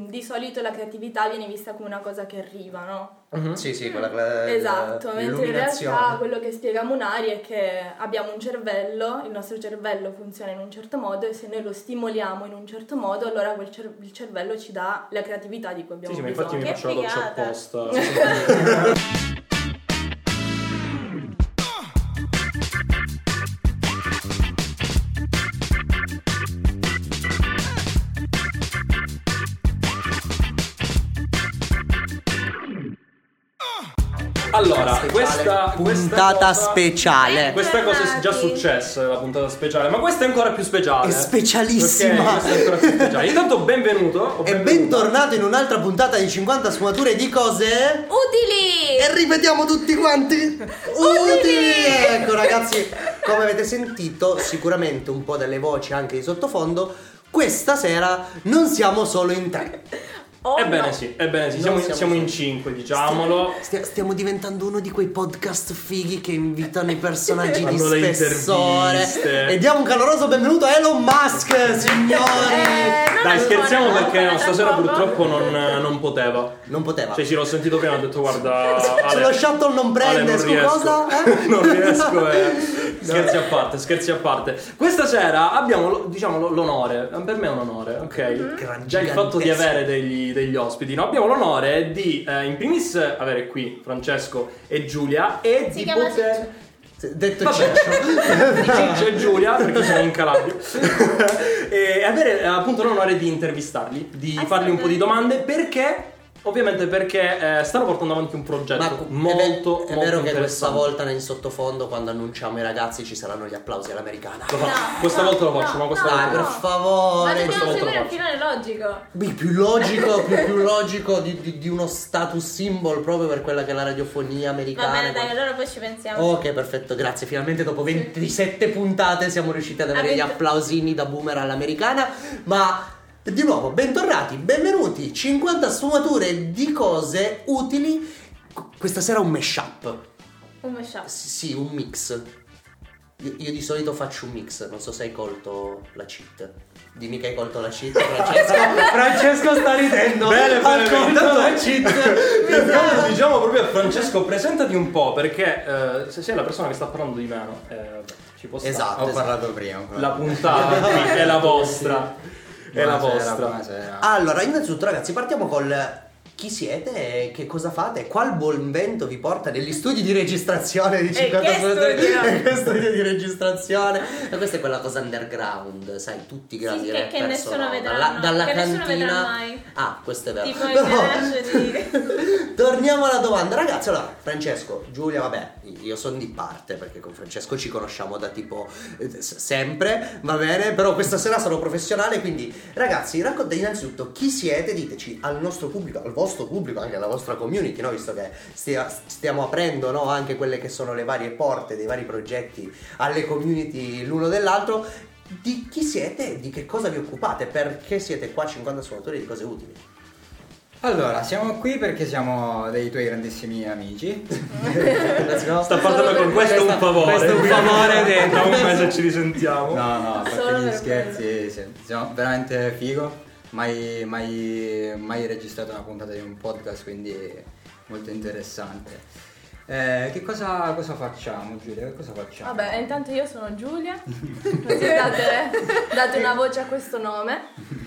di solito la creatività viene vista come una cosa che arriva, no? Sì, quella esatto, mentre in realtà quello che spiega Munari è che abbiamo un cervello, il nostro cervello funziona in un certo modo e se noi lo stimoliamo in un certo modo, allora il cervello ci dà la creatività di cui abbiamo bisogno. Sì, ma infatti mi faccio la doccia apposta. Allora, questa puntata speciale. Questa cosa è già successa, la puntata speciale, ma questa è ancora più speciale. È specialissima. Okay, questa è ancora più speciale. Intanto benvenuto. E bentornato in un'altra puntata di 50 sfumature di cose utili. E ripetiamo tutti quanti utili. Ecco ragazzi, come avete sentito sicuramente un po' dalle voci anche di sottofondo, questa sera non siamo solo in tre. Ebbene sì, siamo in 5, diciamolo. Stiamo diventando uno di quei podcast fighi che invitano i personaggi di Fanno le spessore interviste. e diamo un caloroso benvenuto a Elon Musk, signori. Dai, scherziamo perché stasera purtroppo non poteva. Non poteva. Cioè, sì, l'ho sentito prima, ho detto guarda, se lo shuttle non prende, Ale, non riesco. cosa? Non riesco. Scherzi a parte. Questa sera abbiamo, diciamo, l'onore. Per me è un onore, ok? Già il fatto di avere degli ospiti, no? Abbiamo l'onore di in primis avere qui Francesco e Giulia e si di poter detto Ciccio e Giulia, perché sono in Calabria, e avere appunto l'onore di intervistarli, di fargli un po' di domande, perché stanno portando avanti un progetto molto è vero che interessante. questa volta nel sottofondo, quando annunciamo i ragazzi, ci saranno gli applausi all'americana. Questa volta lo faccio, ma questa volta per favore. Ma dobbiamo volta seguire il finale logico. Più logico di uno status symbol proprio per quella che è la radiofonia americana. Va bene, dai, allora poi ci pensiamo. Ok, perfetto, grazie. Finalmente dopo 27 puntate siamo riusciti ad avere gli applausini da boomer all'americana. Ma di nuovo, bentornati, benvenuti. 50 sfumature di cose utili. Questa sera un mashup. Un mashup. Sì, un mix. Io di solito faccio un mix. Non so se hai colto la cheat. Dimmi che hai colto la cheat, Francesco. Francesco sta ridendo. Bene. Intanto la cheat. Diciamo proprio a Francesco, presentati un po', perché se sei la persona che sta parlando di meno, ci può stare. Esatto. Ho parlato prima. La puntata qui è la vostra. È la vostra. Buonasera. Allora, innanzitutto ragazzi, partiamo col chi siete e che cosa fate? Qual buon vento vi porta negli studi di registrazione di 50 che studio di registrazione? E questa è quella cosa underground, sai, tutti i grandi rapper che nessuno sono vedrà, dalla che cantina. nessuno vedrà mai. Ah, questo è vero. Tipo il garage di Torniamo alla domanda, ragazzi. Allora, Francesco, Giulia, vabbè, io sono di parte perché con Francesco ci conosciamo da tipo sempre, va bene, però questa sera sono professionale, quindi ragazzi, raccontate innanzitutto chi siete, diteci al nostro pubblico, al vostro pubblico, anche alla vostra community, no? Visto che stiamo aprendo, no? Anche quelle che sono le varie porte dei vari progetti alle community l'uno dell'altro, di chi siete e di che cosa vi occupate, perché siete qua a 50 sfumature di cose utili. Allora, siamo qui perché siamo dei tuoi grandissimi amici. Sta parlando con questo un favore. Questo è un favore da un mese ci risentiamo. No, a Solo parte gli per scherzi, sì, siamo veramente figo. Mai registrato una puntata di un podcast, quindi molto interessante. Che cosa facciamo, Giulia? Che cosa facciamo? Vabbè, intanto io sono Giulia. Così date una voce a questo nome.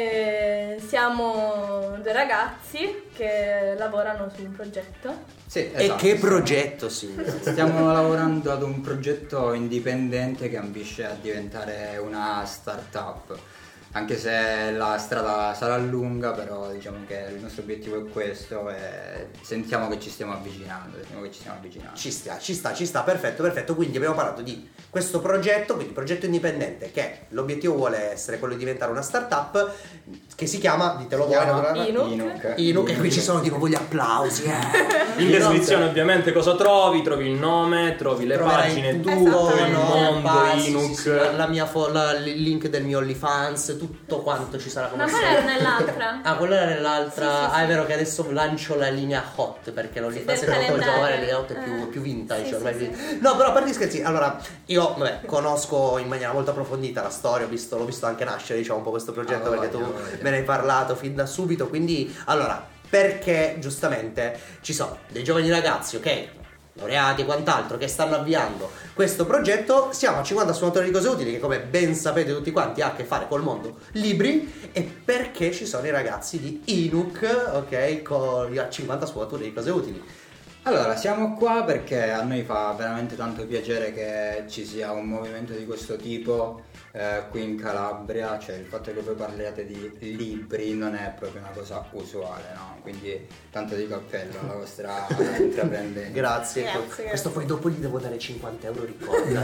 Siamo due ragazzi che lavorano su un progetto. Sì, esatto. E che progetto, signore? Stiamo lavorando ad un progetto indipendente che ambisce a diventare una startup. Anche se la strada sarà lunga, però diciamo che il nostro obiettivo è questo e sentiamo che ci stiamo avvicinando. Ci sta, perfetto. Quindi abbiamo parlato di questo progetto, quindi progetto indipendente, che l'obiettivo vuole essere quello di diventare una startup che si chiama, ditelo voi, Inuk, e qui ci sono di nuovo gli applausi. In descrizione ovviamente cosa trovi il nome, trovi le pagine, tutto il mondo, Inuk, il link del mio OnlyFans, tutto quanto ci sarà come Ma quella era nell'altra. Ah, quella era nell'altra. Sì. È vero che adesso lancio la linea hot, perché non li fa del sempre molto calendario. giovane, le hot è più vintage Sì, ormai. sì. No, però a parte gli scherzi, allora io conosco in maniera molto approfondita la storia, l'ho visto anche nascere, diciamo, un po' questo progetto, perché tu me ne hai parlato fin da subito, quindi allora, perché giustamente ci sono dei giovani ragazzi, ok, laureati e quant'altro, che stanno avviando questo progetto. Siamo a 50 sfumatori di cose utili, che come ben sapete tutti quanti ha a che fare col mondo libri, e perché ci sono i ragazzi di Inuk, ok, con 50 sfumatori di cose utili. Allora, siamo qua perché a noi fa veramente tanto piacere che ci sia un movimento di questo tipo qui in Calabria, cioè il fatto che voi parliate di libri non è proprio una cosa usuale, no? Quindi tanto di cappello alla vostra intraprendenza. Grazie. Questo poi dopo gli devo dare 50 euro ricorda.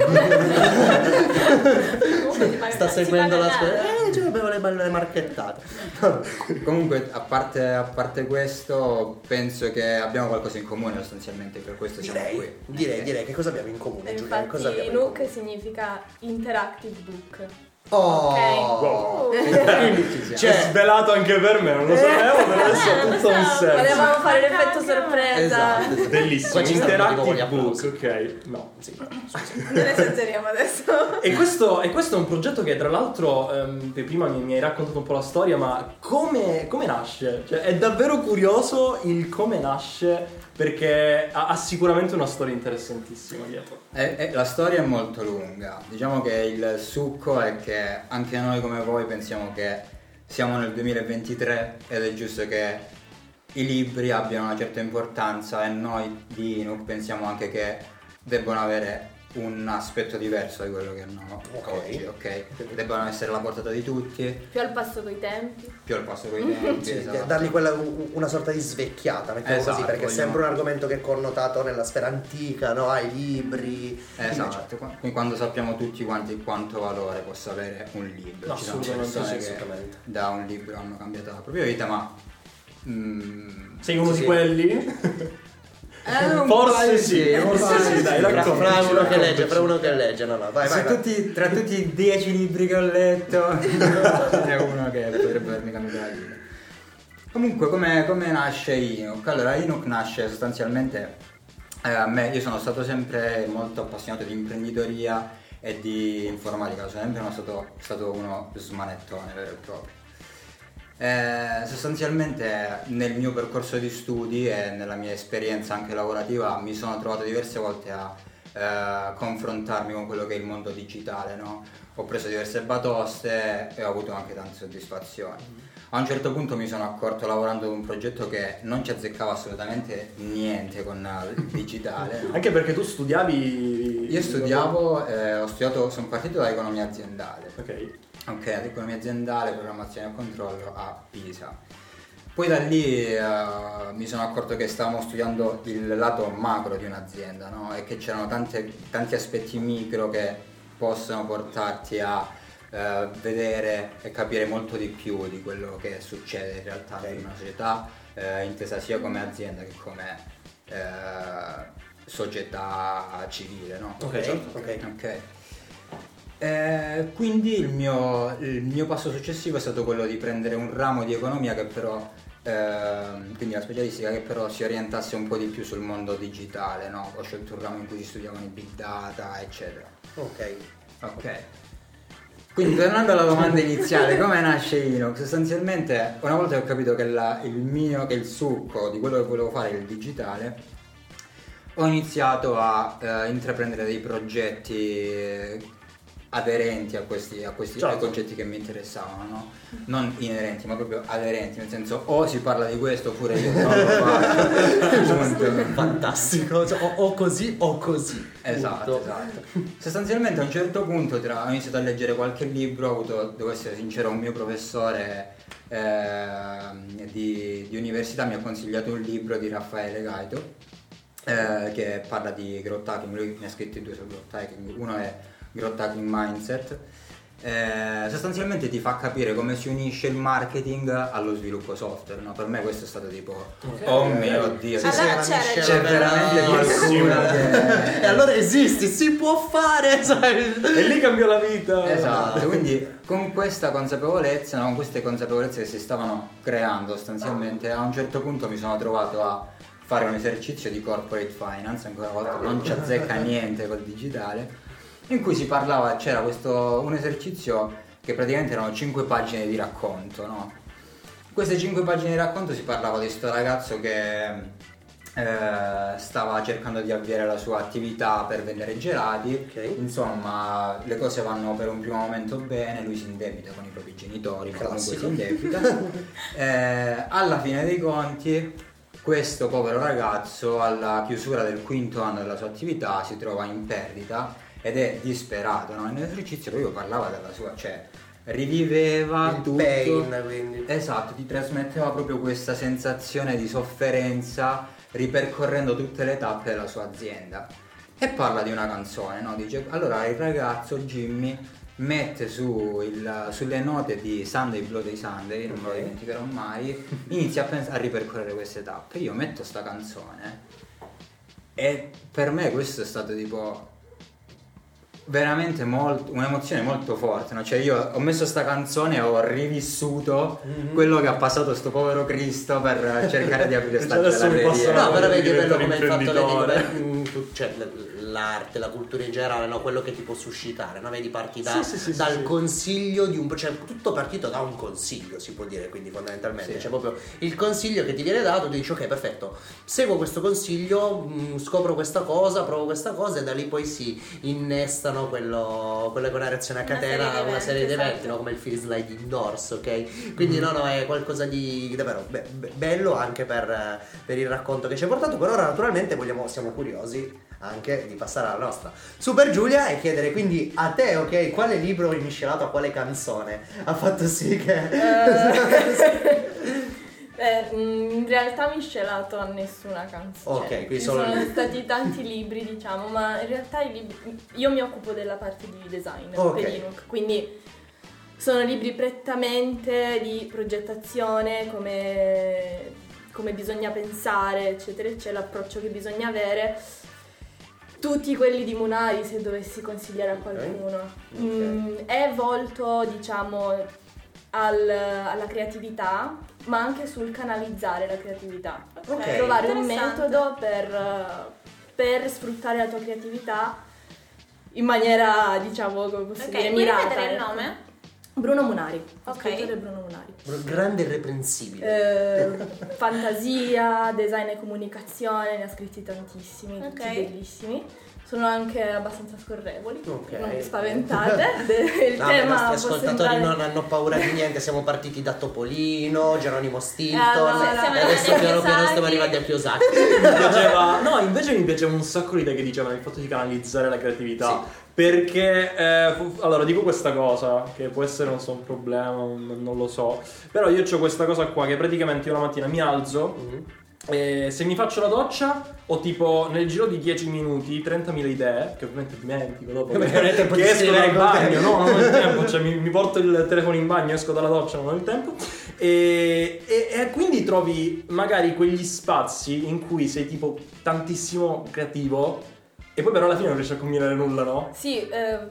Sta seguendo la scuola. Cioè, avevo le marchettate. Comunque, a parte questo, penso che abbiamo qualcosa in comune sostanzialmente, per questo siamo qui. Direi che cosa abbiamo in comune, Giulia? Cosa Infatti abbiamo in Inuk significa Interactive Book. Oh, Ok. Cioè, è svelato anche per me, non lo sapevo, però adesso ha tutto un senso. Volevamo fare l'effetto sorpresa. Esatto. Bellissimo, Qua ci stanno tipo gli Interactive Book, applausi. ok. No, sì. Non esageriamo adesso. E questo è un progetto che tra l'altro prima mi hai raccontato un po' la storia, ma come nasce? Cioè, è davvero curioso il come nasce, perché ha sicuramente una storia interessantissima dietro. La storia è molto lunga, diciamo che il succo è che anche noi come voi pensiamo che siamo nel 2023 ed è giusto che i libri abbiano una certa importanza, e noi di Inuk pensiamo anche che debbano avere un aspetto diverso di quello che hanno oggi, ok? Debbano essere alla portata di tutti, Più al passo coi tempi. tempi, Sì, esatto. dargli una sorta di svecchiata, mettiamo Esatto, così, perché è vogliamo- sempre un argomento che è connotato nella sfera antica, no? Ai libri. Esatto, quindi quando sappiamo tutti quanti quanto valore possa avere un libro. No, Ci sono assolutamente persone sì, che assolutamente. da un libro hanno cambiato la propria vita, ma Sei uno sì. di quelli? Un Forse paio sì, dai, Fra raccontaci, uno che legge, raccontaci. fra uno che legge, no, vai. Tra tutti i 10 libri che ho letto ce n'è uno che potrebbe avermi cambiato la vita. Comunque, come nasce Inuk? Allora, Inuk nasce sostanzialmente io sono stato sempre molto appassionato di imprenditoria e di informatica, sempre sono stato uno smanettone vero e proprio. Sostanzialmente nel mio percorso di studi e nella mia esperienza anche lavorativa mi sono trovato diverse volte a confrontarmi con quello che è il mondo digitale, no? Ho preso diverse batoste e ho avuto anche tante soddisfazioni. A un certo punto mi sono accorto, lavorando ad un progetto, che non ci azzeccava assolutamente niente con il digitale, no? Anche perché tu studiavi... Io sono partito da economia aziendale. Ok, economia aziendale, programmazione e controllo a Pisa. Poi da lì mi sono accorto che stavamo studiando il lato macro di un'azienda, no? E che c'erano tanti aspetti micro che possono portarti a vedere e capire molto di più di quello che succede in realtà in una società, intesa sia come azienda che come società civile, no? Ok. Quindi il mio passo successivo è stato quello di prendere un ramo di economia che però, quindi la specialistica, che però si orientasse un po' di più sul mondo digitale, no? Ho scelto un ramo in cui si studiavano i big data, eccetera. Ok. Quindi tornando alla domanda iniziale, come nasce Inuk? Sostanzialmente, una volta che ho capito che il succo di quello che volevo fare è il digitale, ho iniziato a intraprendere dei progetti aderenti a questi ai concetti che mi interessavano, no? Non inerenti, ma proprio aderenti, nel senso o si parla di questo oppure io non lo faccio. Fantastico, o così o così. Esatto. Sostanzialmente a un certo punto ho iniziato a leggere qualche libro, ho avuto, devo essere sincero, un mio professore di università mi ha consigliato un libro di Raffaele Gaito che parla di growth hacking. Lui ne ha scritti 2 su growth hacking, uno è Growth Hacking Mindset sostanzialmente ti fa capire come si unisce il marketing allo sviluppo software, no? Per me questo è stato tipo oh mio Dio, allora c'è veramente qualcuno che... E allora esisti, si può fare, sai? E lì cambiò la vita. Esatto, quindi con questa consapevolezza, no? Con queste consapevolezze che si stavano creando sostanzialmente, a un certo punto mi sono trovato a fare un esercizio di corporate finance, ancora una volta non ci azzecca niente col digitale, in cui si parlava, c'era un esercizio che praticamente erano 5 pagine di racconto, no? Queste 5 pagine di racconto si parlava di sto ragazzo che stava cercando di avviare la sua attività per vendere gelati, insomma le cose vanno per un primo momento bene, lui si indebita con i propri genitori, ma comunque si indebita. Alla fine dei conti questo povero ragazzo alla chiusura del 5º anno della sua attività si trova in perdita ed è disperato, no? Nell'esercizio proprio parlava della sua, cioè riviveva il tutto, pain, quindi. Esatto, ti trasmetteva proprio questa sensazione di sofferenza ripercorrendo tutte le tappe della sua azienda, e parla di una canzone, no? Dice, allora il ragazzo Jimmy mette sulle note di Sunday Bloody Sunday, non me lo dimenticherò mai, inizia a ripercorrere queste tappe. Io metto sta canzone e per me questo è stato tipo veramente un'emozione molto forte, no? Cioè io ho messo sta canzone e ho rivissuto quello che ha passato sto povero Cristo per cercare di aprire sta gelateria. No, però vedi bello come hai fatto cioè l'arte, la cultura in generale, no? Quello che ti può suscitare, no? Vedi, parti dal consiglio di un, cioè tutto partito da un consiglio, si può dire, quindi fondamentalmente c'è proprio il consiglio che ti viene dato, tu dici ok, perfetto, seguo questo consiglio, scopro questa cosa, provo questa cosa, e da lì poi si innestano quello che è una reazione a catena, una serie di eventi, no? Come il Feels Like Indoors, ok? Quindi no, è qualcosa di davvero bello anche per il racconto che ci hai portato. Per ora naturalmente siamo curiosi anche di passare alla nostra Super Giulia e chiedere quindi a te, ok, quale libro miscelato a quale canzone ha fatto sì che in realtà miscelato a nessuna canzone. Ok, quindi sono stati tanti libri, diciamo, ma in realtà i libri, io mi occupo della parte di design per Linux, quindi sono libri prettamente di progettazione, come bisogna pensare, eccetera, c'è l'approccio che bisogna avere. Tutti quelli di Munari, se dovessi consigliare a qualcuno, è volto, diciamo, alla creatività, ma anche sul canalizzare la creatività, trovare un metodo per sfruttare la tua creatività in maniera, diciamo, come posso dire, mirata. Puoi ripetere il nome? Bruno Munari, scrittore Bruno Munari. Grande e irreprensibile. Fantasia, design e comunicazione, ne ha scritti tantissimi, tutti bellissimi. Sono anche abbastanza scorrevoli, non vi spaventate. Il tema i nostri ascoltatori non hanno paura di niente. Siamo partiti da Topolino, Geronimo Stilton, e adesso piano piano stiamo arrivati a Kiyosaki. Invece mi piaceva un sacco l'idea che diceva il fatto di canalizzare la creatività. Perché allora dico questa cosa che può essere un problema, non lo so, però io ho questa cosa qua che praticamente io la mattina mi alzo e se mi faccio la doccia ho tipo nel giro di 10 minuti 30.000 idee che ovviamente dimentico dopo che esco dal bagno, no, non ho il tempo, cioè mi porto il telefono in bagno, esco dalla doccia, non ho il tempo e quindi trovi magari quegli spazi in cui sei tipo tantissimo creativo e poi però alla fine non riesci a combinare nulla, no? Sì,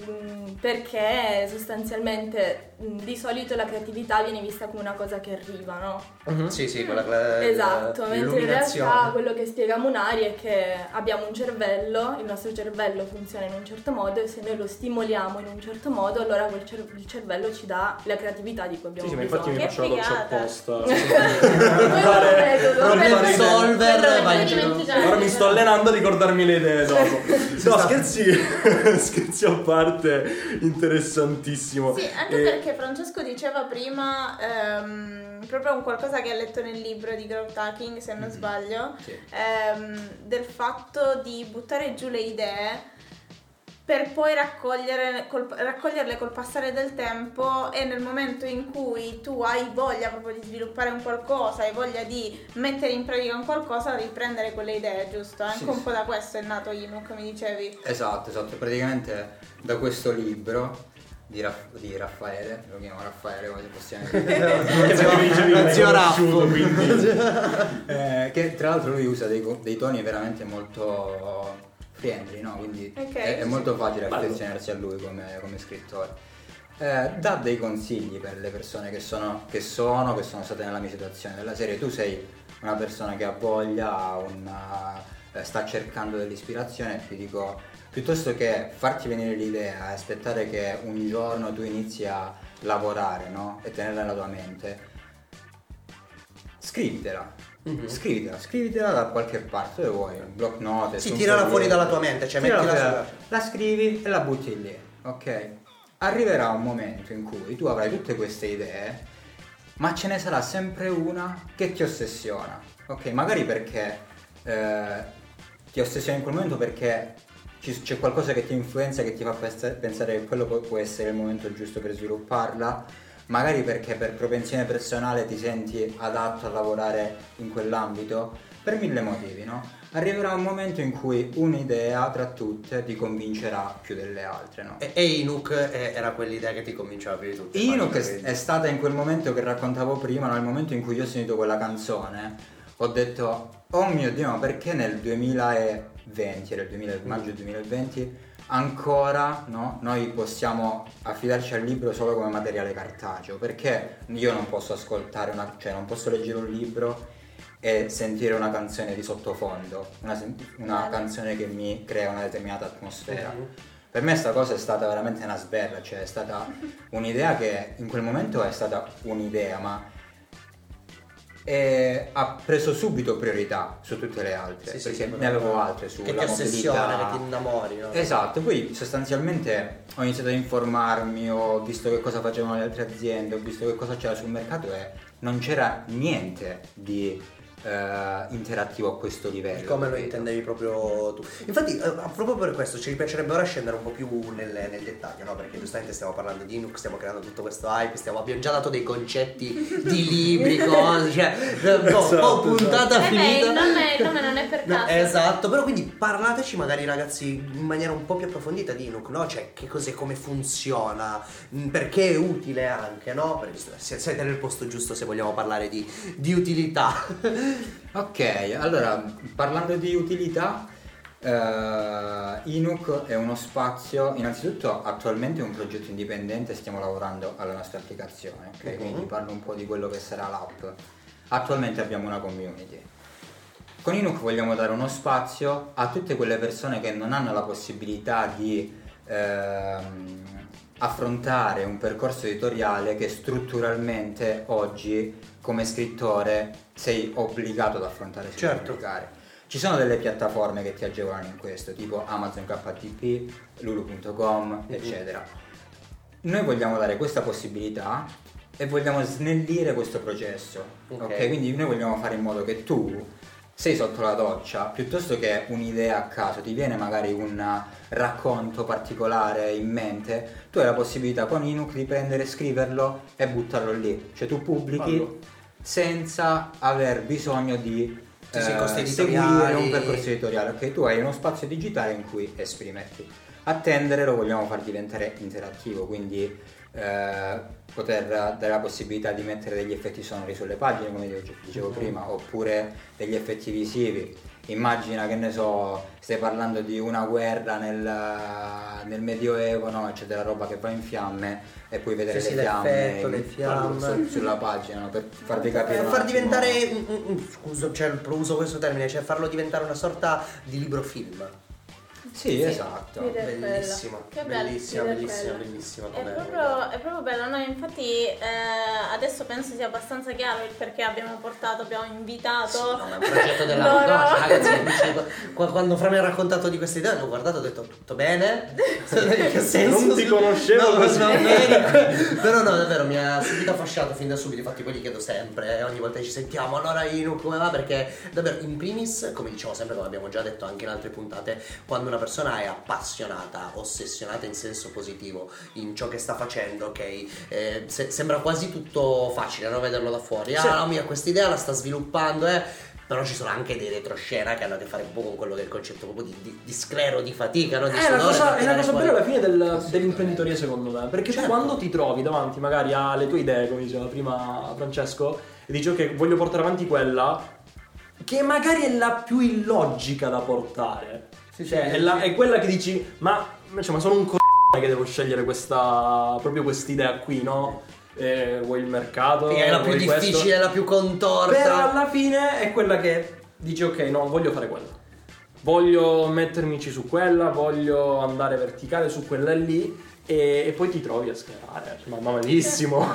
perché sostanzialmente di solito la creatività viene vista come una cosa che arriva, no? Sì, quella esatto, mentre in realtà quello che spiega Munari è che abbiamo un cervello, il nostro cervello funziona in un certo modo e se noi lo stimoliamo in un certo modo, allora il cervello ci dà la creatività di cui abbiamo bisogno. Sì, ma infatti mi faccio la doccia apposta. Problem solver, ora mi sto allenando a ricordarmi le idee dopo. No, scherzi a parte, interessantissimo. Sì, anche perché Francesco diceva prima proprio un qualcosa che ha letto nel libro di Growth Hacking, se non sbaglio, del fatto di buttare giù le idee per poi raccoglierle col passare del tempo, e nel momento in cui tu hai voglia proprio di sviluppare un qualcosa, hai voglia di mettere in pratica un qualcosa, riprendere quelle idee, giusto? Anche un po' da questo è nato Enoch, mi dicevi. Esatto, praticamente da questo libro di Raffaele, lo chiamo Raffaele come possiamo dire. Zio Raffo, che tra l'altro lui usa dei toni veramente molto friendly, no? Quindi è molto facile affezionarsi a lui come scrittore. Dà dei consigli per le persone che sono state nella mia situazione, della serie tu sei una persona che ha voglia, sta cercando dell'ispirazione, ti dico, piuttosto che farti venire l'idea e aspettare che un giorno tu inizi a lavorare, no? E tenerla nella tua mente, scrivitela. Scrivitela da qualche parte, dove vuoi, un block note. Sì, tirala fuori dalla tua mente, cioè mettila la scrivi e la butti lì, ok? Arriverà un momento in cui tu avrai tutte queste idee, ma ce ne sarà sempre una che ti ossessiona, ok? Magari perché ti ossessiona in quel momento perché c'è qualcosa che ti influenza, che ti fa pensare che quello può essere il momento giusto per svilupparla, magari perché per propensione personale ti senti adatto a lavorare in quell'ambito, per 1000 motivi, no? Arriverà un momento in cui un'idea tra tutte ti convincerà più delle altre, no? E Inuk era quell'idea che ti convinceva più di tutte. Inuk è stata in quel momento che raccontavo prima, nel momento in cui io ho sentito quella canzone, ho detto, oh mio Dio, ma perché nel 2020, era il maggio 2020, ancora, no? Noi possiamo affidarci al libro solo come materiale cartaceo, perché io non posso ascoltare non posso leggere un libro e sentire una canzone di sottofondo, una canzone che mi crea una determinata atmosfera. Per me sta cosa è stata veramente una sberla, cioè è stata un'idea che in quel momento è stata un'idea, ma ha preso subito priorità su tutte le altre, perché ne avevo altre sulla mobilità. Che ti ossessiona, che ti innamori, no? Esatto, poi sostanzialmente ho iniziato ad informarmi, ho visto che cosa facevano le altre aziende, ho visto che cosa c'era sul mercato e non c'era niente di interattivo a questo livello. Come lo intendevi proprio tu? Infatti, proprio per questo ci piacerebbe ora scendere un po' più nel dettaglio, no? Perché giustamente stiamo parlando di Inuk, stiamo creando tutto questo hype, abbiamo già dato dei concetti di libri, cose, cioè un po' puntata finita. Il nome non è per caso. Esatto, però quindi parlateci magari ragazzi in maniera un po' più approfondita di Inuk, no? Cioè che cos'è, come funziona, perché è utile anche, no? Perché siete nel posto giusto se vogliamo parlare di utilità. Ok, allora parlando di utilità, Inuk è uno spazio, innanzitutto attualmente è un progetto indipendente, stiamo lavorando alla nostra applicazione, ok? Quindi parlo un po' di quello che sarà l'app. Attualmente abbiamo una community. Con Inuk vogliamo dare uno spazio a tutte quelle persone che non hanno la possibilità di affrontare un percorso editoriale che strutturalmente oggi come scrittore sei obbligato ad affrontare e pubblicare. Ci sono delle piattaforme che ti agevolano in questo, tipo Amazon KDP, Lulu.com, eccetera. Noi vogliamo dare questa possibilità e vogliamo snellire questo processo, ok? Quindi noi vogliamo fare in modo che tu sei sotto la doccia, piuttosto che un'idea a caso, ti viene magari un racconto particolare in mente, tu hai la possibilità con Inuk di prendere, scriverlo e buttarlo lì, cioè tu pubblichi senza aver bisogno di seguire un percorso editoriale, ok? Tu hai uno spazio digitale in cui esprimerti. Attendere lo vogliamo far diventare interattivo, quindi poter dare la possibilità di mettere degli effetti sonori sulle pagine, come dicevo prima, oppure degli effetti visivi. Immagina, che ne so, stai parlando di una guerra nel Medioevo, no? C'è della roba che va in fiamme e puoi vedere le fiamme sulla pagina, no? Per farvi capire. Per far diventare scusa, cioè uso questo termine, cioè farlo diventare una sorta di libro film. Sì, esatto. Bellissimo. Che bello, bellissima. È proprio bello. Noi infatti adesso penso sia abbastanza chiaro il perché abbiamo invitato. Sì, no, ma è un progetto della no, ragazzi, quando Fra mi ha raccontato di questa idea, l'ho guardato e ho detto tutto bene? In che senso? Non ti conoscevo così. Però no, davvero mi ha subito affascinato fin da subito. Infatti poi li chiedo sempre, ogni volta che ci sentiamo, allora Inuk come va? Perché davvero in primis, come dicevo sempre, come abbiamo già detto anche in altre puntate, quando una persona è appassionata, ossessionata in senso positivo in ciò che sta facendo, ok? Sembra quasi tutto facile, no? Vederlo da fuori. Ah, no, mia, questa idea la sta sviluppando, Però ci sono anche dei retroscena che hanno a che fare un po' con quello che è il concetto proprio di sclero, di fatica, no? È una cosa bella alla fine dell'imprenditoria, secondo me, perché tu quando ti trovi davanti magari alle tue idee, come diceva prima Francesco, e dici ok, voglio portare avanti quella che magari è la più illogica da portare, è quella che dici ma sono un che devo scegliere quest'idea qui, no? Vuoi il mercato, è la più difficile, la più contorta, però alla fine è quella che dici ok, no, voglio fare quella, voglio mettermici su quella, voglio andare verticale su quella lì, e poi ti trovi a sclerare, ma malissimo.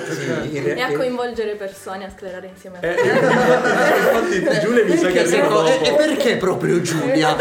E a coinvolgere persone a sclerare insieme a te. Infatti Giulia mi sa che arriva dopo. E perché proprio Giulia?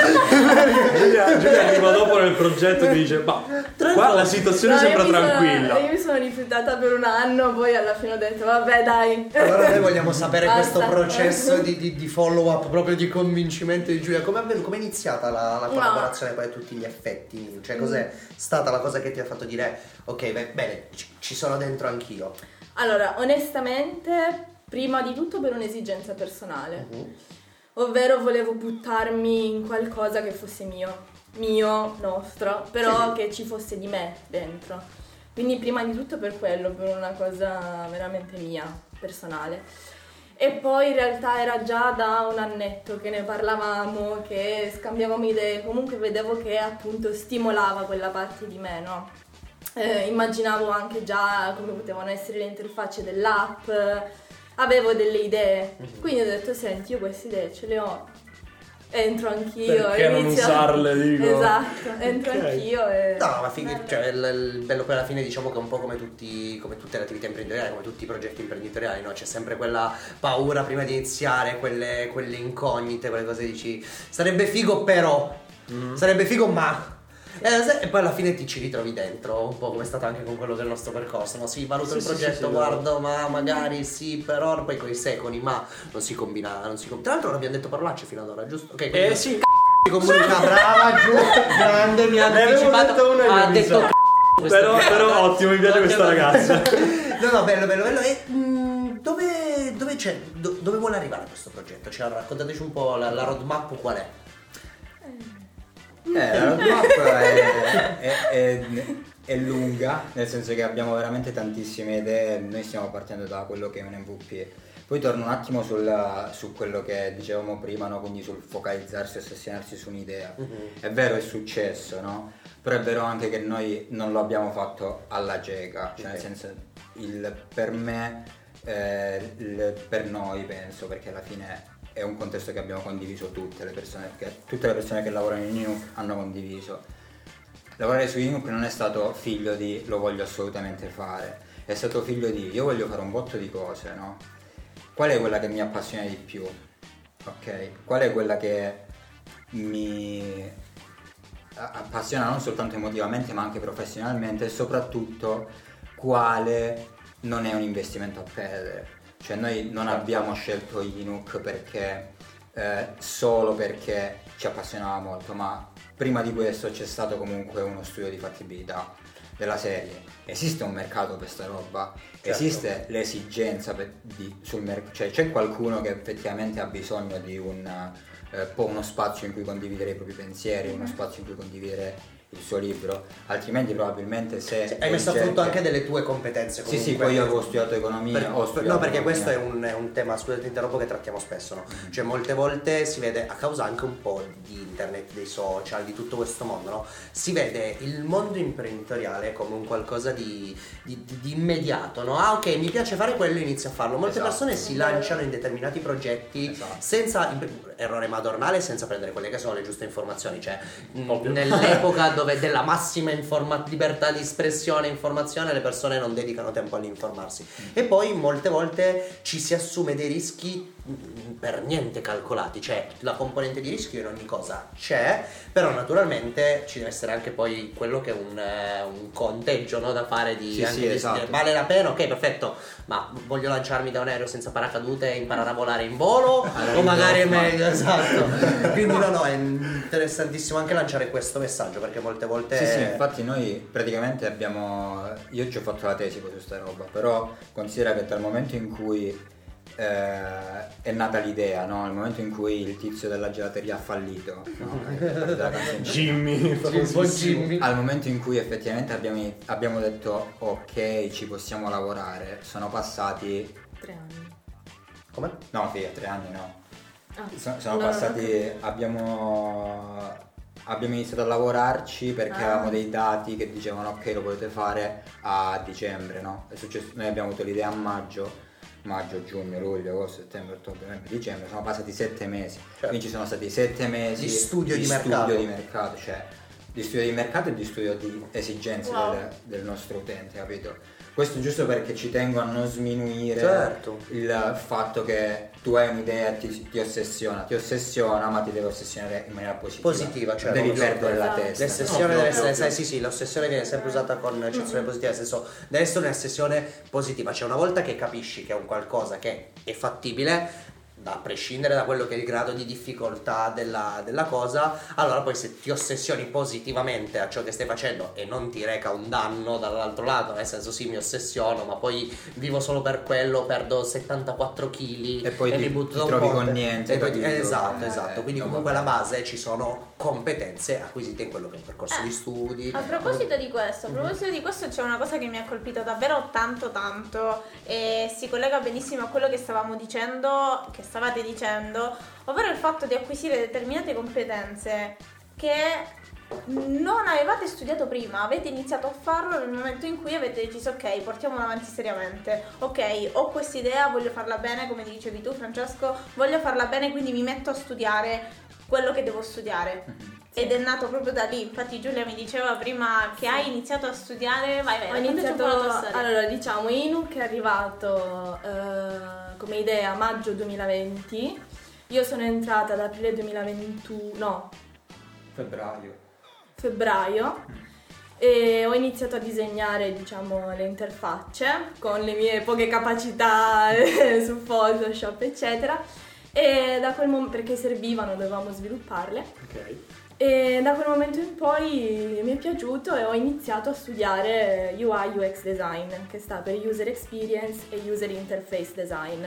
Giulia arriva dopo nel progetto e dice ma qua la situazione sembra tranquilla. Io mi sono rifiutata per un anno, poi alla fine ho detto vabbè dai. Allora noi vogliamo sapere questo processo di follow up, proprio di convincimento di Giulia. Come è iniziata la collaborazione poi a tutti gli effetti? Cioè cos'è stata la cosa che ti ha fatto dire ok, bene, ci sono dentro anch'io? Allora, onestamente, prima di tutto per un'esigenza personale, ovvero volevo buttarmi in qualcosa che fosse mio, nostro, però che ci fosse di me dentro. Quindi prima di tutto per quello, per una cosa veramente mia, personale. E poi in realtà era già da un annetto che ne parlavamo, che scambiavamo idee, comunque vedevo che appunto stimolava quella parte di me, no? Immaginavo anche già come potevano essere le interfacce dell'app, avevo delle idee, quindi ho detto senti, io queste idee ce le ho, entro anch'io. Perché non usarle, dico. Esatto, entro anch'io e... No, ma cioè, il bello poi alla fine diciamo che è un po' come tutte le attività imprenditoriali, come tutti i progetti imprenditoriali, no? C'è sempre quella paura prima di iniziare, quelle incognite, quelle cose dici sarebbe figo però, sarebbe figo ma... E poi alla fine ti ci ritrovi dentro, un po' come è stato anche con quello del nostro percorso, no? Sì, valuto il progetto, guardo, ma magari sì, però poi con i secoli, ma non si combina. Tra l'altro non abbiamo detto parolacce fino ad ora, giusto? Ok, sì, comunica, brava, giù, grande, mi ha anticipato, ha detto però ottimo, mi piace questa ragazza. No, bello. E dove c'è, dove vuole arrivare questo progetto? Cioè, raccontateci un po' la roadmap qual è? La roadmap è lunga, nel senso che abbiamo veramente tantissime idee. Noi stiamo partendo da quello che è un MVP. Poi torno un attimo su quello che dicevamo prima, no? Quindi sul focalizzarsi e ossessionarsi su un'idea. È vero, è successo, no? Però è vero anche che noi non lo abbiamo fatto alla cieca, cioè nel senso per me, per noi penso, perché alla fine è un contesto che abbiamo condiviso tutte le persone che lavorano in Inuk hanno condiviso. Lavorare su Inuk non è stato figlio di lo voglio assolutamente fare, è stato figlio di io voglio fare un botto di cose, no? Qual è quella che mi appassiona di più? Ok? Qual è quella che mi appassiona non soltanto emotivamente ma anche professionalmente, e soprattutto quale non è un investimento a perdere. Cioè noi non abbiamo scelto Inuk perché solo perché ci appassionava molto, ma prima di questo c'è stato comunque uno studio di fattibilità della serie. Esiste un mercato per sta roba, esiste l'esigenza sul mercato, cioè c'è qualcuno che effettivamente ha bisogno di uno spazio in cui condividere i propri pensieri, uno spazio in cui condividere il suo libro, altrimenti probabilmente hai messo a frutto anche delle tue competenze comunque. Sì, poi io avevo studiato economia, no, perché questo è un tema, scusate interrompo, che trattiamo spesso, no? Cioè molte volte si vede, a causa anche un po' di internet, dei social, di tutto questo mondo, no? Si vede il mondo imprenditoriale come un qualcosa di immediato, no? Ah, ok, mi piace fare quello, inizio a farlo. Molte persone si lanciano in determinati progetti senza errore madornale, senza prendere quelle che sono le giuste informazioni, cioè nell'epoca dove della massima libertà di espressione e informazione le persone non dedicano tempo all'informarsi, e poi molte volte ci si assume dei rischi per niente calcolati, cioè la componente di rischio in ogni cosa c'è, però naturalmente ci deve essere anche poi quello che è un conteggio, no, da fare esatto. Vale la pena, ok, perfetto, ma voglio lanciarmi da un aereo senza paracadute e imparare a volare in volo o magari è meglio, esatto. Quindi no, è interessantissimo anche lanciare questo messaggio, perché molte volte sì, infatti noi praticamente io ci ho fatto la tesi su sta roba, però considera che dal momento in cui è nata l'idea, no? Nel momento in cui il tizio della gelateria ha fallito, no? Jimmy. Al momento in cui effettivamente abbiamo detto ok, ci possiamo lavorare, sono passati 3 anni. Come? No, figa, 3 anni no. Sono no, passati, abbiamo iniziato a lavorarci perché avevamo dei dati che dicevano ok, lo potete fare a dicembre, no? È successo, noi abbiamo avuto l'idea a maggio, giugno, luglio, agosto, settembre, ottobre, novembre, dicembre, sono passati 7 mesi. Certo. Quindi ci sono stati 7 mesi di studio di mercato, cioè di studio di mercato e di studio di esigenze del nostro utente, capito? Questo giusto perché ci tengo a non sminuire il fatto che tu hai un'idea, ti ossessiona, ma ti deve ossessionare in maniera positiva, cioè devi perdere la testa. L'ossessione deve essere, sì, l'ossessione viene sempre usata con accezione positiva, nel senso deve essere un'ossessione positiva, cioè una volta che capisci che è un qualcosa che è fattibile, a prescindere da quello che è il grado di difficoltà della cosa, allora poi se ti ossessioni positivamente a ciò che stai facendo e non ti reca un danno dall'altro lato, nel senso sì, mi ossessiono ma poi vivo solo per quello, perdo 74 kg e poi mi butto ti trovi con niente, esatto, quindi comunque alla base ci sono competenze acquisite in quello che è un percorso di studi. A proposito di questo c'è una cosa che mi ha colpito davvero tanto e si collega benissimo a quello che stavate dicendo, ovvero il fatto di acquisire determinate competenze che non avevate studiato prima, avete iniziato a farlo nel momento in cui avete deciso ok, portiamolo avanti seriamente, ok, ho questa idea, voglio farla bene, come dicevi tu Francesco, voglio farla bene, quindi mi metto a studiare quello che devo studiare. Ed è nato proprio da lì. Infatti Giulia mi diceva prima che hai iniziato a studiare. Vai, ho iniziato, allora diciamo Inook è arrivato come idea a maggio 2020. Io sono entrata ad aprile 2021, febbraio e ho iniziato a disegnare, diciamo, le interfacce con le mie poche capacità su Photoshop eccetera. E da quel momento, perché servivano, dovevamo svilupparle. Ok. E da quel momento in poi mi è piaciuto e ho iniziato a studiare UI UX Design, che sta per User Experience e User Interface Design.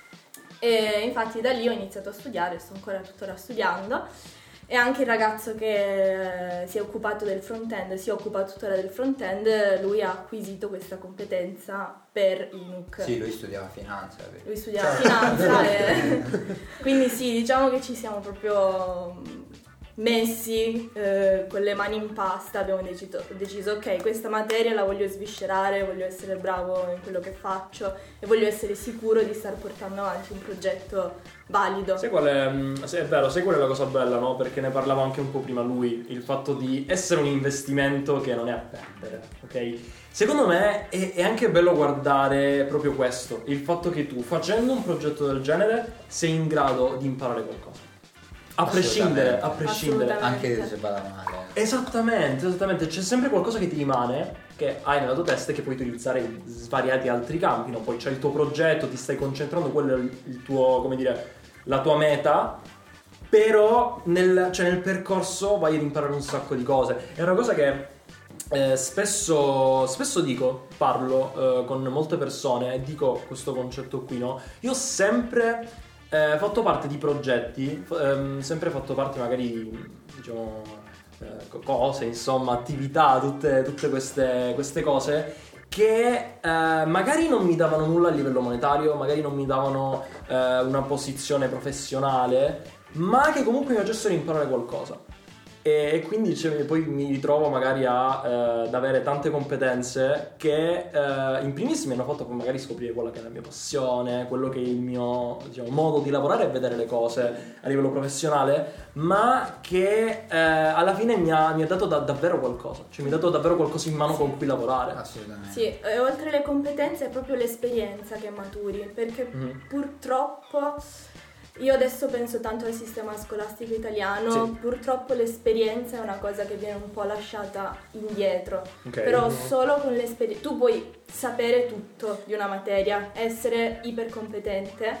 E infatti da lì ho iniziato a studiare, sto ancora tuttora studiando. E anche il ragazzo che si occupa tuttora del front-end, lui ha acquisito questa competenza per Inook. Sì, lui studiava finanza. Lui studiava finanza e quindi sì, diciamo che ci siamo proprio messi con le mani in pasta, abbiamo deciso ok, questa materia la voglio sviscerare, voglio essere bravo in quello che faccio e voglio essere sicuro di star portando avanti un progetto valido. Sai qual è vero, sai qual è la cosa bella, no? Perché ne parlava anche un po' prima lui, il fatto di essere un investimento che non è a perdere, ok? Secondo me è anche bello guardare proprio questo, il fatto che tu facendo un progetto del genere sei in grado di imparare qualcosa. A prescindere, anche se vada male. Esattamente, c'è sempre qualcosa che ti rimane, che hai nella tua testa e che puoi utilizzare in svariati altri campi, no? Poi c'è il tuo progetto, ti stai concentrando, quello è il tuo, come dire, la tua meta, però nel percorso vai ad imparare un sacco di cose. È una cosa che spesso parlo con molte persone e dico questo concetto qui, no? Io ho sempre fatto parte di progetti, sempre fatto parte magari, diciamo, cose, insomma, attività, tutte queste cose che magari non mi davano nulla a livello monetario, magari non mi davano una posizione professionale, ma che comunque mi facessero imparare qualcosa. E quindi poi mi ritrovo magari ad avere tante competenze che in primis mi hanno fatto magari scoprire quella che è la mia passione, quello che è il mio, diciamo, modo di lavorare e vedere le cose a livello professionale, ma che alla fine mi ha dato davvero qualcosa, cioè mi ha dato davvero qualcosa in mano con cui lavorare. Assolutamente. Sì, e oltre alle competenze è proprio l'esperienza che maturi, perché purtroppo io adesso penso tanto al sistema scolastico italiano, sì. Purtroppo l'esperienza è una cosa che viene un po' lasciata indietro, okay. Però solo con l'esperienza tu puoi sapere tutto di una materia, essere ipercompetente,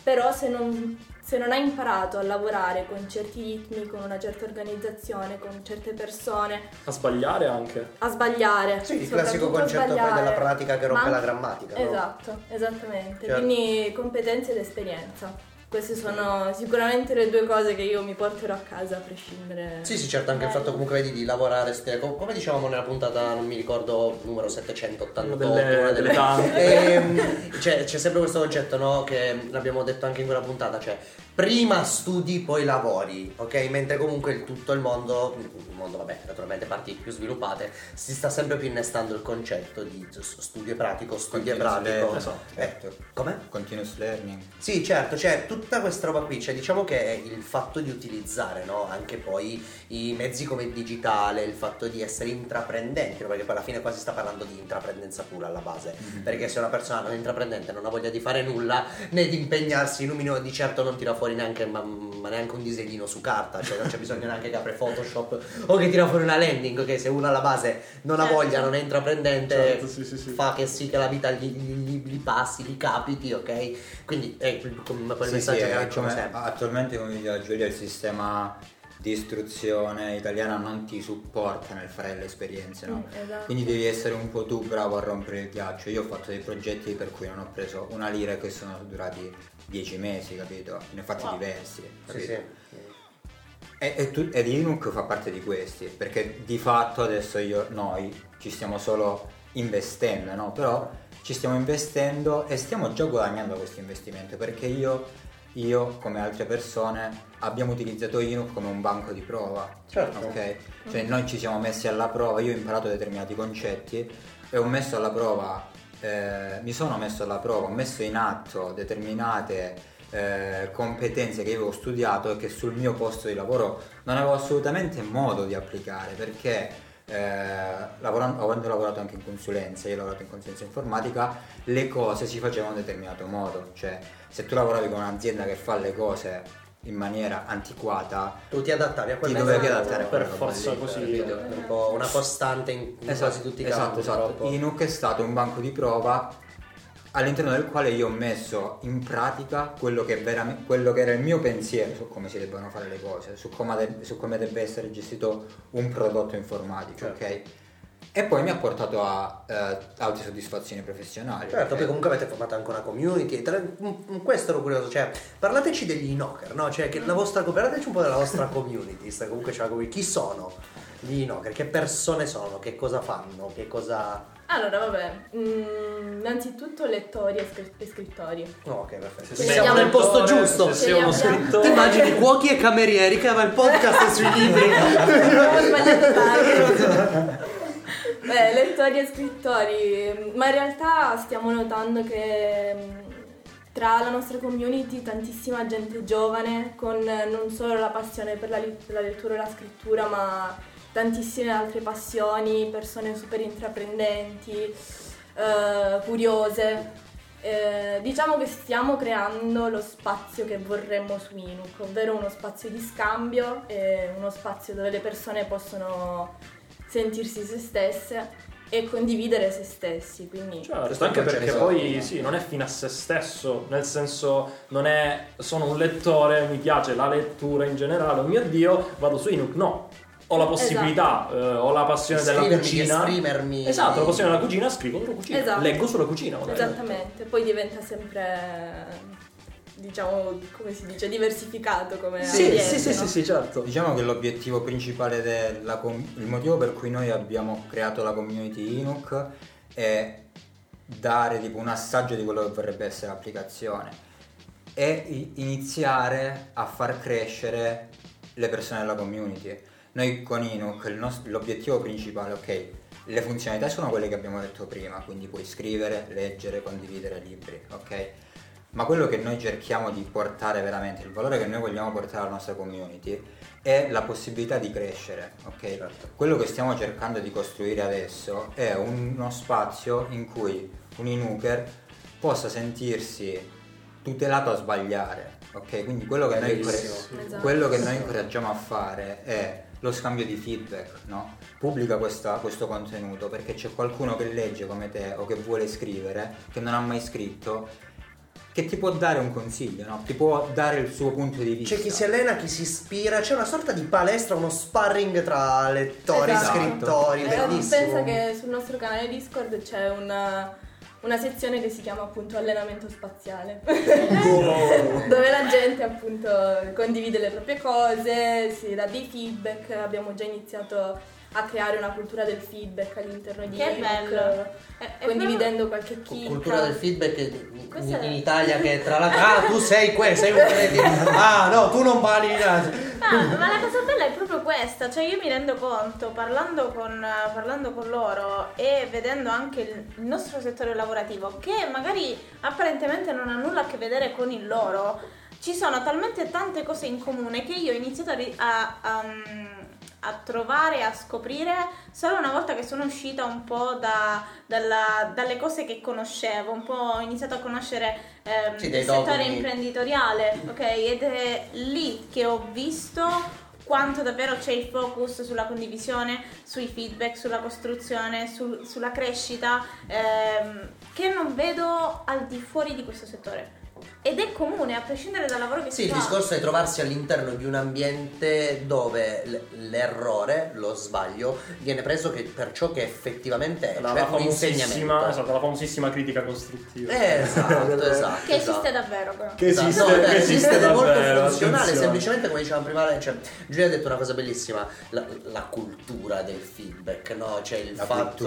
però se non hai imparato a lavorare con certi ritmi, con una certa organizzazione, con certe persone, a sbagliare anche. A sbagliare. Sì, il classico concetto poi della pratica che rompe la grammatica. Esatto, no? Esattamente. Certo. Quindi competenze ed esperienza. Queste sono sicuramente le due cose che io mi porterò a casa a prescindere. Sì, certo, anche il fatto comunque vedi di lavorare, come dicevamo nella puntata, non mi ricordo, numero 788, delle tante. C'è sempre questo concetto, no, che l'abbiamo detto anche in quella puntata, cioè prima studi poi lavori, ok? Mentre comunque tutto il mondo, vabbè, naturalmente parti più sviluppate, si sta sempre più innestando il concetto di studio pratico. Esatto. Com'è? Continuous learning. Sì, certo, cioè tutta questa roba qui, cioè diciamo che è il fatto di utilizzare, no? Anche poi i mezzi come il digitale, il fatto di essere intraprendenti, perché poi alla fine qua si sta parlando di intraprendenza pura alla base, perché se una persona non è intraprendente non ha voglia di fare nulla né di impegnarsi in un minimo, di certo non tira fuori neanche ma neanche un disegnino su carta, cioè non c'è bisogno neanche che apre Photoshop o che tira fuori una landing, ok? Se uno alla base non ha voglia, non è intraprendente, certo, sì. fa che sì che la vita gli passi, gli capiti, ok? Quindi è quel messaggio che lanciamo sempre. Attualmente, come diceva Giulia, il sistema di istruzione italiana non ti supporta nel fare le esperienze, no? Esatto. Quindi devi essere un po' tu bravo a rompere il ghiaccio. Io ho fatto dei progetti per cui non ho preso una lira che sono durati 10 mesi, capito? Ne ho fatti diversi, capito? Sì. Ed Inuk fa parte di questi, perché di fatto adesso noi ci stiamo solo investendo, no? Però ci stiamo investendo e stiamo già guadagnando questo investimento, perché io come altre persone abbiamo utilizzato Inuk come un banco di prova. Certo. Ok? Cioè noi ci siamo messi alla prova, io ho imparato determinati concetti e ho messo alla prova, mi sono messo alla prova, ho messo in atto determinate competenze che avevo studiato e che sul mio posto di lavoro non avevo assolutamente modo di applicare, perché avendo lavorato anche in consulenza, io ho lavorato in consulenza informatica, le cose si facevano in un determinato modo, cioè se tu lavoravi con un'azienda che fa le cose in maniera antiquata, tu ti adattavi a quella, ti dovevi adattare a per quella forza lì, così, un po' una costante in quasi tutti i campi. Esatto. Inuk è stato un banco di prova all'interno del quale io ho messo in pratica quello che era il mio pensiero su come si debbano fare le cose, su come debba essere gestito un prodotto informatico, certo. Ok? E poi mi ha portato a altre soddisfazioni professionali. Certo, poi comunque avete formato anche una community. Questo ero curioso, cioè parlateci degli Inoker, no? Cioè che parlateci un po' della vostra community. Comunque c'è la community. Chi sono gli Inoker? Che persone sono? Che cosa fanno? Che cosa... Allora, vabbè, innanzitutto lettori e scrittori. Ok, perfetto. Siamo nel posto giusto. Se sei uno scrittore. Ti immagini cuochi e camerieri che aveva il podcast sui libri. Abbiamo sbagliato target. Beh, lettori e scrittori, ma in realtà stiamo notando che tra la nostra community tantissima gente giovane con non solo la passione per la lettura e la scrittura, ma tantissime altre passioni, persone super intraprendenti, curiose. Diciamo che stiamo creando lo spazio che vorremmo su Inuk, ovvero uno spazio di scambio, uno spazio dove le persone possono sentirsi se stesse e condividere se stessi, quindi certo, anche perché poi sì, non è fine a se stesso, nel senso non è sono un lettore, mi piace la lettura in generale, oh mio Dio, vado su Inuk, no, ho la possibilità, ho la passione della cucina, esprimermi. Esatto, la passione della cucina, scrivo sulla cucina, esatto. Leggo sulla cucina magari. Esattamente, poi diventa sempre, diciamo, come si dice, diversificato come ambiente, no? Sì, certo. Diciamo che l'obiettivo principale il motivo per cui noi abbiamo creato la community Inuk è dare tipo un assaggio di quello che vorrebbe essere l'applicazione e iniziare a far crescere le persone della community. Noi con Inuk l'obiettivo principale, ok, le funzionalità sono quelle che abbiamo detto prima, quindi puoi scrivere, leggere, condividere libri, ok? Ma quello che noi cerchiamo di portare veramente, il valore che noi vogliamo portare alla nostra community è la possibilità di crescere, ok? Certo. Quello che stiamo cercando di costruire adesso è uno spazio in cui un Inuker possa sentirsi tutelato a sbagliare, ok? Quindi quello che noi incoraggiamo a fare è lo scambio di feedback, no? Pubblica questo contenuto perché c'è qualcuno che legge come te o che vuole scrivere, che non ha mai scritto, che ti può dare un consiglio, no? Ti può dare il suo punto di vista. C'è chi si allena, chi si ispira, c'è una sorta di palestra, uno sparring tra lettori, scrittori, bellissimo. Pensa che sul nostro canale Discord c'è una sezione che si chiama appunto allenamento spaziale dove la gente appunto condivide le proprie cose, si dà dei feedback. Abbiamo già iniziato a creare una cultura del feedback all'interno di Che bello! condividendo qualche chicca. Cultura del feedback in Italia, che tra l'altro tu sei un cretino, no, tu non vali nada. Ma la cosa bella è proprio questa, cioè io mi rendo conto parlando con loro e vedendo anche il nostro settore lavorativo, che magari apparentemente non ha nulla a che vedere con il loro, ci sono talmente tante cose in comune che io ho iniziato a trovare, a scoprire solo una volta che sono uscita un po' dalle cose che conoscevo, un po' ho iniziato a conoscere il settore imprenditoriale, ok? Ed è lì che ho visto quanto davvero c'è il focus sulla condivisione, sui feedback, sulla costruzione, sulla crescita, che non vedo al di fuori di questo settore. Ed è comune, a prescindere dal lavoro che si fa. Sì, il discorso è trovarsi all'interno di un ambiente dove l'errore, lo sbaglio, viene preso per ciò che effettivamente è, cioè un insegnamento. Esatto, la famosissima critica costruttiva. Esatto. Che esiste davvero, però. Che esiste ed è molto davvero, funzionale, attenzione. semplicemente come dicevamo prima, cioè, Giulia ha detto una cosa bellissima, la cultura del feedback, no? Cioè il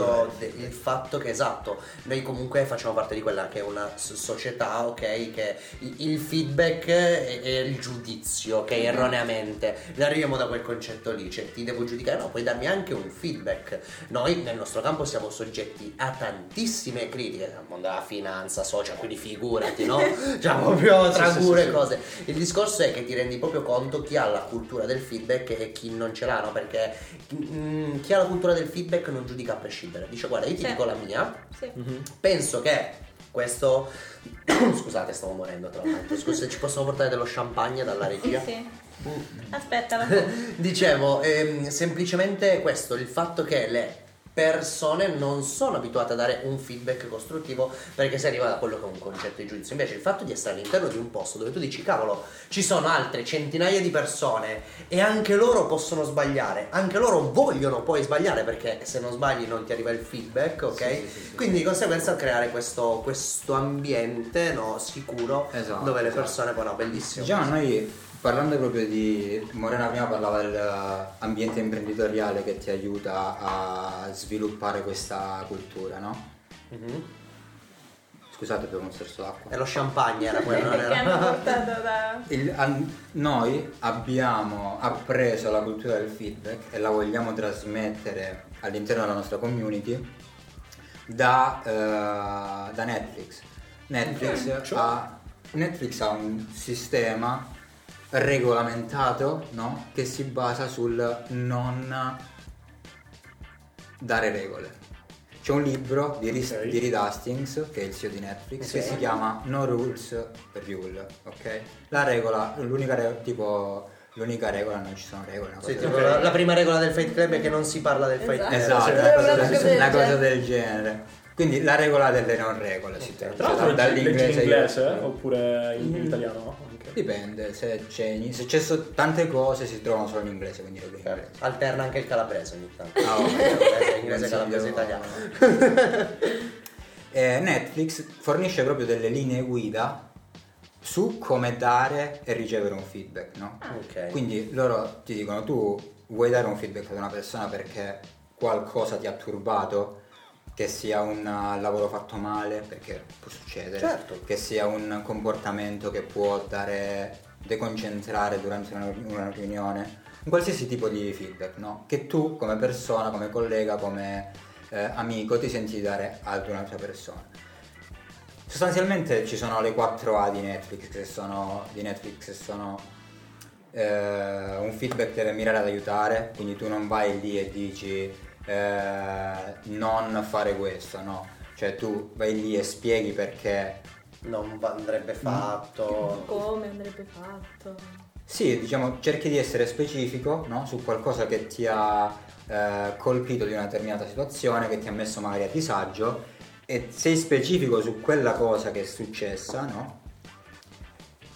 fatto che, esatto, noi comunque facciamo parte di quella che è una società, ok, che il feedback è il giudizio, ok, erroneamente noi arriviamo da quel concetto lì, cioè ti devo giudicare, no, puoi darmi anche un feedback. Noi nel nostro campo siamo soggetti a tantissime critiche nel mondo della finanza, social, quindi figurati, no? Cioè proprio tra cure cose. Il discorso è che ti rendi proprio conto chi ha la cultura del feedback e chi non ce l'ha, no? Perché chi ha la cultura del feedback non giudica a prescindere, dice guarda io ti dico la mia, penso che questo scusate, stavo morendo tra l'altro, scusa, ci possono portare dello champagne dalla regia? Sì. Aspetta. Dicevo, semplicemente questo, il fatto che le persone non sono abituate a dare un feedback costruttivo perché si arriva da quello che è un concetto di giudizio. Invece il fatto di essere all'interno di un posto dove tu dici cavolo, ci sono altre centinaia di persone e anche loro possono sbagliare, anche loro vogliono poi sbagliare perché se non sbagli non ti arriva il feedback, ok? Quindi di conseguenza creare questo ambiente, no, sicuro, dove le persone poi, no, bellissimo. Diciamo, noi parlando proprio di Morena prima parlava dell'ambiente imprenditoriale che ti aiuta a sviluppare questa cultura, no? Scusate, abbiamo un sorso d'acqua. E lo champagne era quello, non Che era? hanno portato da... Noi abbiamo appreso la cultura del feedback e la vogliamo trasmettere all'interno della nostra community da Netflix. Netflix ha un sistema regolamentato, no? Che si basa sul non dare regole. C'è un libro di Reed Hastings, che è il CEO di Netflix, che si chiama No Rules Rule, ok? L'unica regola, non ci sono regole. La prima regola del Fight Club è che non si parla del Fight Club. Esatto, una cosa del genere. Quindi la regola delle non regole si Tra l'altro dall'inglese in inglese oppure in italiano? Dipende, se c'è tante cose si trovano solo in inglese, quindi alterna anche il calabrese ogni tanto. Inglese, calabrese, italiano. Netflix fornisce proprio delle linee guida su come dare e ricevere un feedback, no? Okay. Quindi loro ti dicono: tu vuoi dare un feedback ad una persona perché qualcosa ti ha turbato, che sia un lavoro fatto male, perché può succedere, certo, che sia un comportamento che può deconcentrare durante una riunione, un qualsiasi tipo di feedback, no? Che tu come persona, come collega, come amico ti senti di dare ad un'altra persona. Sostanzialmente ci sono le 4A di Netflix che sono un feedback deve mirare ad aiutare, quindi tu non vai lì e dici non fare questo, no? Cioè tu vai lì e spieghi perché non andrebbe fatto, come andrebbe fatto. Sì, diciamo, cerchi di essere specifico, no? Su qualcosa che ti ha colpito di una determinata situazione, che ti ha messo magari a disagio, e sei specifico su quella cosa che è successa, no?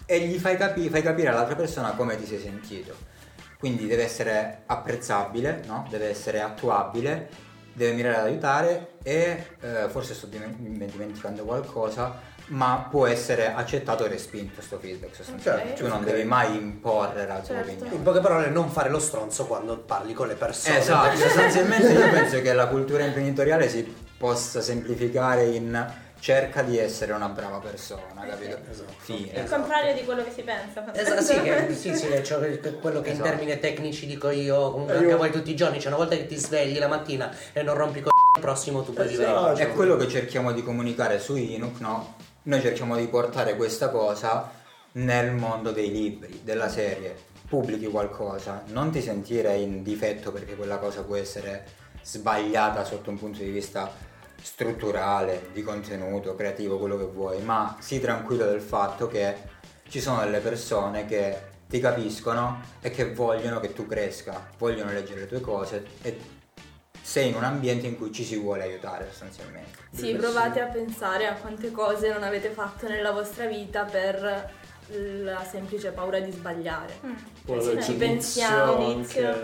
e gli fai capire all'altra persona come ti sei sentito. Quindi deve essere apprezzabile, no? Deve essere attuabile, deve mirare ad aiutare e forse sto dimenticando qualcosa, ma può essere accettato e respinto sto feedback sostanzialmente. Tu non devi mai imporre la tua opinione. In poche parole, non fare lo stronzo quando parli con le persone. Esatto, sostanzialmente io penso che la cultura imprenditoriale si possa semplificare in cerca di essere una brava persona, capito? Esatto. Fine. Il contrario di quello che si pensa. Esatto, sì, cioè quello che in termini tecnici dico io, comunque anche voi tutti i giorni, cioè una volta che ti svegli la mattina e non rompi il prossimo, tu puoi vivere. È quello che cerchiamo di comunicare su Inook, no? Noi cerchiamo di portare questa cosa nel mondo dei libri, della serie. Pubblichi qualcosa, non ti sentire in difetto perché quella cosa può essere sbagliata sotto un punto di vista strutturale, di contenuto, creativo, quello che vuoi, ma sii tranquillo del fatto che ci sono delle persone che ti capiscono e che vogliono che tu cresca, vogliono leggere le tue cose e sei in un ambiente in cui ci si vuole aiutare sostanzialmente. Sì, provate a pensare a quante cose non avete fatto nella vostra vita per la semplice paura di sbagliare. Se ci pensiamo,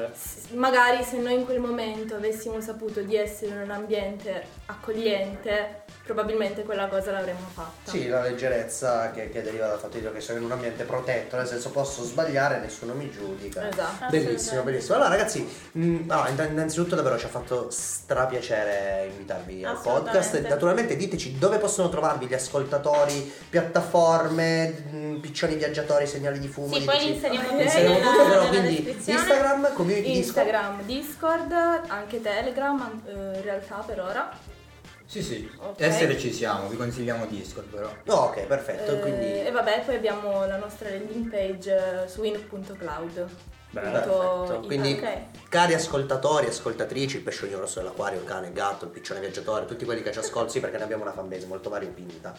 magari se noi in quel momento avessimo saputo di essere in un ambiente accogliente, probabilmente quella cosa l'avremmo fatta. Sì, la leggerezza che deriva dal fatto che sono in un ambiente protetto, nel senso posso sbagliare, nessuno mi giudica. Esatto. Bellissimo. Allora ragazzi, innanzitutto davvero ci ha fatto strapiacere invitarvi al podcast. Naturalmente diteci dove possono trovarvi gli ascoltatori, piattaforme, piccioni viaggiatori, segnali di fumo. Sì, poi inseriamo tutto, però quindi Instagram, community, Instagram, Discord, anche Telegram, in realtà per ora. Sì, essere ci siamo, vi consigliamo Discord però. Ok, perfetto. Quindi... E vabbè, poi abbiamo la nostra landing page su inook.cloud. Perfetto. Quindi cari ascoltatori, ascoltatrici, il pesciolino rosso dell'acquario, il cane, il gatto, il piccione viaggiatore, tutti quelli che ci ascoltano, sì, perché ne abbiamo una fanbase molto variopinta.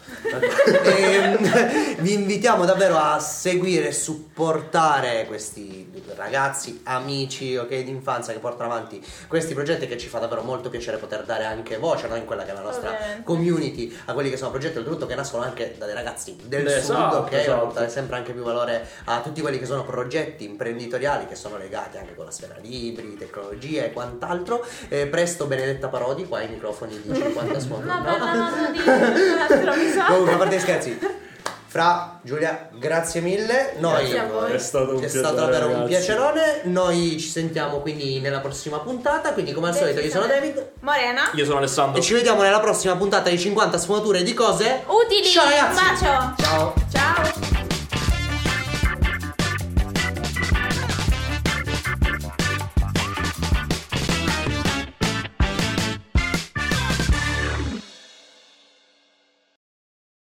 Vi invitiamo davvero a seguire e supportare questi ragazzi, amici, d'infanzia che portano avanti questi progetti, che ci fa davvero molto piacere poter dare anche voce, no? In quella che è la nostra community, a quelli che sono progetti oltretutto che nascono anche da dei ragazzi del sud, per portare sempre anche più valore a tutti quelli che sono progetti imprenditoriali che sono legati anche con la sfera libri, tecnologia e quant'altro. Presto Benedetta Parodi qua ai microfoni di 50 suoni. Comunque, a parte gli scherzi, Fra, Giulia, grazie mille. Grazie a voi. È stato davvero un piacerone. Noi ci sentiamo quindi nella prossima puntata. Quindi come al solito io sono David, Morena, io sono Alessandro e ci vediamo nella prossima puntata di 50 sfumature di cose utili. Ciao ragazzi. Un bacio. Ciao.